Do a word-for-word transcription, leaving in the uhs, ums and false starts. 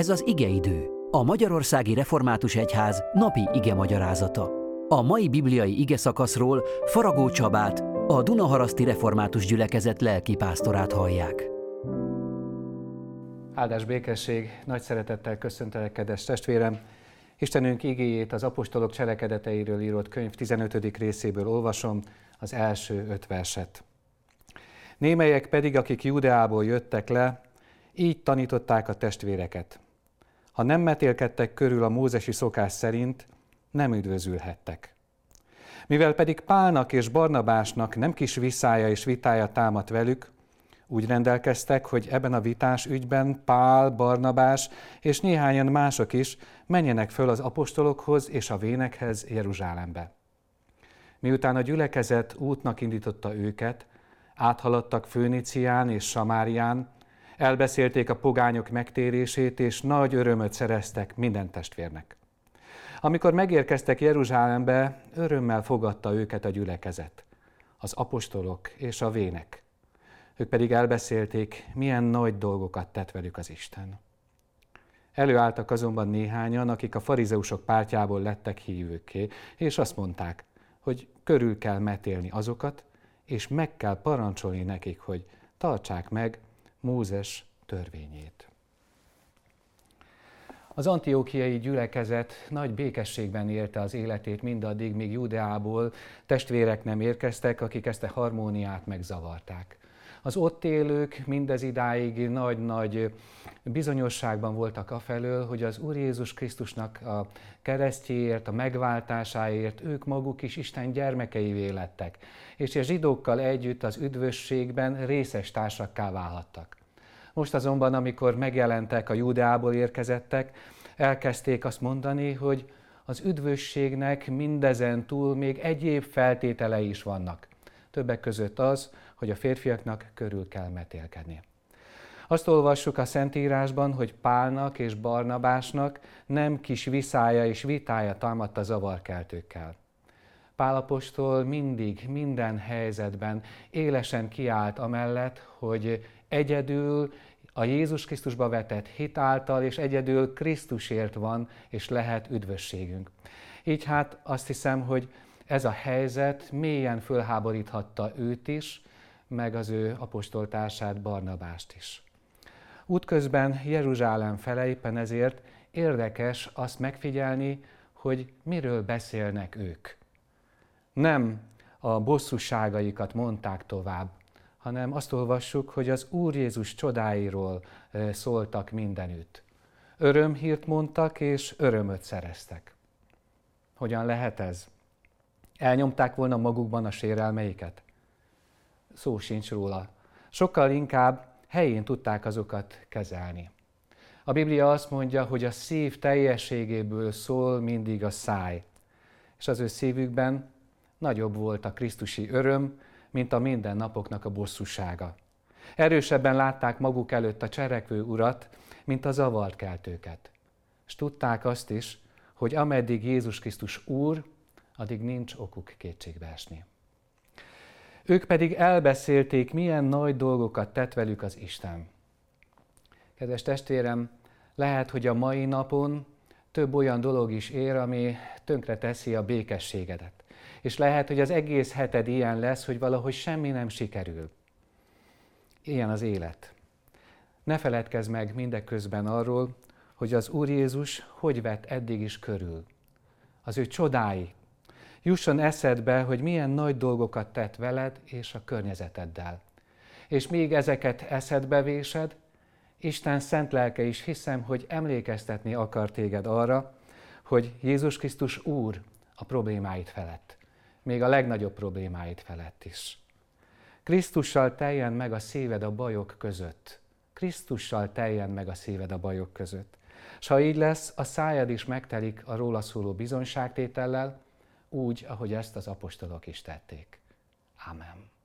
Ez az igeidő, a Magyarországi Református Egyház napi igemagyarázata. A mai bibliai igeszakaszról Faragó Csabát, a Dunaharaszti Református Gyülekezet lelkipásztorát hallják. Áldás békesség, nagy szeretettel köszöntelek, kedves testvérem! Istenünk igéjét az apostolok cselekedeteiről írott könyv tizenötödik részéből olvasom, az első öt verset. Némelyek pedig, akik Judeából jöttek le, így tanították a testvéreket. Ha nem metélkedtek körül a mózesi szokás szerint, nem üdvözülhettek. Mivel pedig Pálnak és Barnabásnak nem kis viszája és vitája támadt velük, úgy rendelkeztek, hogy ebben a vitás ügyben Pál, Barnabás és néhányan mások is menjenek föl az apostolokhoz és a vénekhez Jeruzsálembe. Miután a gyülekezet útnak indította őket, áthaladtak Főnicián és Samárián, elbeszélték a pogányok megtérését, és nagy örömöt szereztek minden testvérnek. Amikor megérkeztek Jeruzsálembe, örömmel fogadta őket a gyülekezet, az apostolok és a vének. Ők pedig elbeszélték, milyen nagy dolgokat tett velük az Isten. Előálltak azonban néhányan, akik a farizeusok pártjából lettek hívőkké, és azt mondták, hogy körül kell metélni azokat, és meg kell parancsolni nekik, hogy tartsák meg Mózes törvényét. Az antiókiai gyülekezet nagy békességben élte az életét mindaddig, míg Judeából testvérek nem érkeztek, akik ezt a harmóniát megzavarták. Az ott élők mindez idáig nagy-nagy bizonyosságban voltak afelől, hogy az Úr Jézus Krisztusnak a keresztjéért, a megváltásáért ők maguk is Isten gyermekeivé lettek, és a zsidókkal együtt az üdvösségben részes társakká válhattak. Most azonban, amikor megjelentek a Judeából érkezettek, elkezdték azt mondani, hogy az üdvösségnek mindezen túl még egyéb feltételei is vannak. Többek között az, hogy a férfiaknak körül kell metélkedni. Azt olvassuk a Szentírásban, hogy Pálnak és Barnabásnak nem kis viszája és vitája támadt a zavarkeltőkkel. Pál apostol mindig, minden helyzetben élesen kiállt amellett, hogy egyedül a Jézus Krisztusba vetett hit által és egyedül Krisztusért van és lehet üdvösségünk. Így hát azt hiszem, hogy ez a helyzet mélyen fölháboríthatta őt is, meg az ő apostoltársát, Barnabást is. Útközben Jeruzsálem fele, éppen ezért érdekes azt megfigyelni, hogy miről beszélnek ők. Nem a bosszúságaikat mondták tovább, hanem azt olvassuk, hogy az Úr Jézus csodáiról szóltak mindenütt. Örömhírt mondtak és örömöt szereztek. Hogyan lehet ez? Elnyomták volna magukban a sérelmeiket? Szó sincs róla. Sokkal inkább helyén tudták azokat kezelni. A Biblia azt mondja, hogy a szív teljességéből szól mindig a száj, és az ő szívükben nagyobb volt a krisztusi öröm, mint a mindennapoknak a bosszúsága. Erősebben látták maguk előtt a cselekvő urat, mint a zavart keltőket. És tudták azt is, hogy ameddig Jézus Krisztus Úr, addig nincs okuk kétségbe esni. Ők pedig elbeszélték, milyen nagy dolgokat tett velük az Isten. Kedves testvérem, lehet, hogy a mai napon több olyan dolog is ér, ami tönkre teszi a békességedet. És lehet, hogy az egész heted ilyen lesz, hogy valahogy semmi nem sikerül. Ilyen az élet. Ne feledkezz meg mindeközben arról, hogy az Úr Jézus hogy vett eddig is körül. Az ő csodái. Jusson eszedbe, hogy milyen nagy dolgokat tett veled és a környezeteddel. És még ezeket eszedbe vésed, Isten szent lelke is hiszem, hogy emlékeztetni akar téged arra, hogy Jézus Krisztus Úr a problémáid felett. Még a legnagyobb problémáid felett is. Krisztussal teljen meg a szíved a bajok között. Krisztussal teljen meg a szíved a bajok között. S ha így lesz, a szájad is megtelik a róla szóló bizonyságtétellel, úgy, ahogy ezt az apostolok is tették. Ámen.